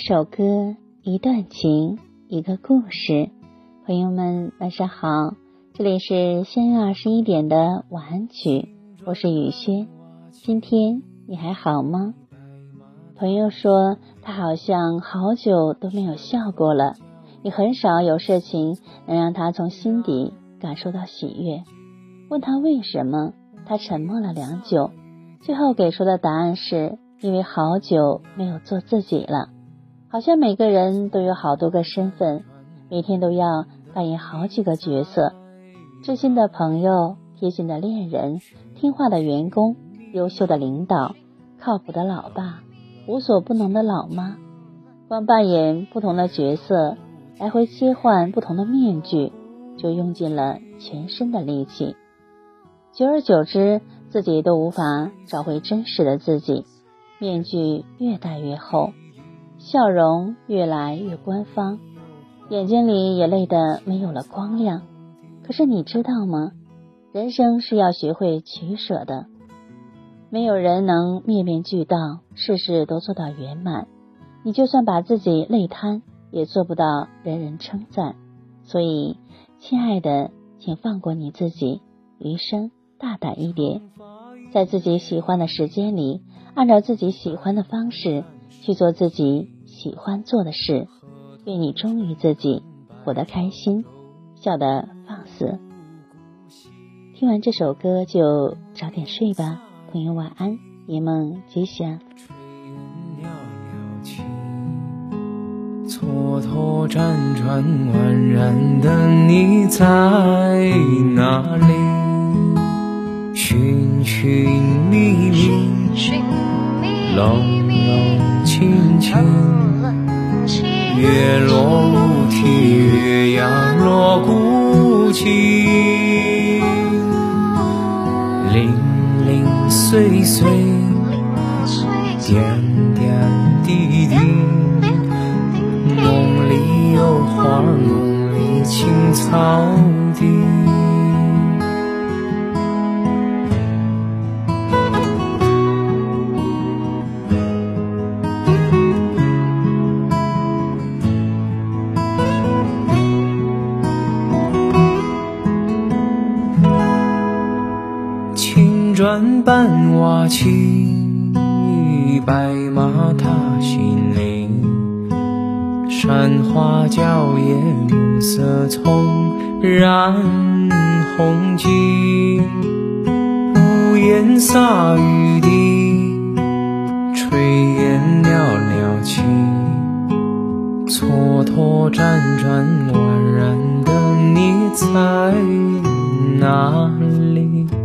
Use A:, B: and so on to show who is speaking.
A: 首歌，一段情，一个故事。朋友们晚上好，这里是先约21点的晚安曲，我是雨轩。今天你还好吗？朋友说他好像好久都没有笑过了，也很少有事情能让他从心底感受到喜悦。问他为什么，他沉默了良久，最后给出的答案是因为好久没有做自己了。好像每个人都有好多个身份，每天都要扮演好几个角色，知心的朋友，贴心的恋人，听话的员工，优秀的领导，靠谱的老爸，无所不能的老妈。光扮演不同的角色，来回切换不同的面具，就用尽了全身的力气。久而久之，自己都无法找回真实的自己，面具越戴越厚，笑容越来越官方，眼睛里也累得没有了光亮。可是你知道吗？人生是要学会取舍的，没有人能面面俱到，事事都做到圆满。你就算把自己累瘫，也做不到人人称赞。所以，亲爱的，请放过你自己，余生大胆一点，在自己喜欢的时间里，按照自己喜欢的方式去做自己喜欢做的事。愿你忠于自己，活得开心，笑得放肆。听完这首歌就早点睡吧，朋友晚安，夜梦吉祥。
B: 蹉跎辗转宛然的你在哪里？寻寻觅觅，冷冷清清，月落乌啼，月牙落孤井，零零碎碎，点点滴滴，梦里有花，梦里青草地。青砖伴瓦漆，白马踏新林，山花娇艳，暮色葱染红巾。屋檐洒雨滴，炊烟袅袅起，蹉跎辗转宛然的你在哪里？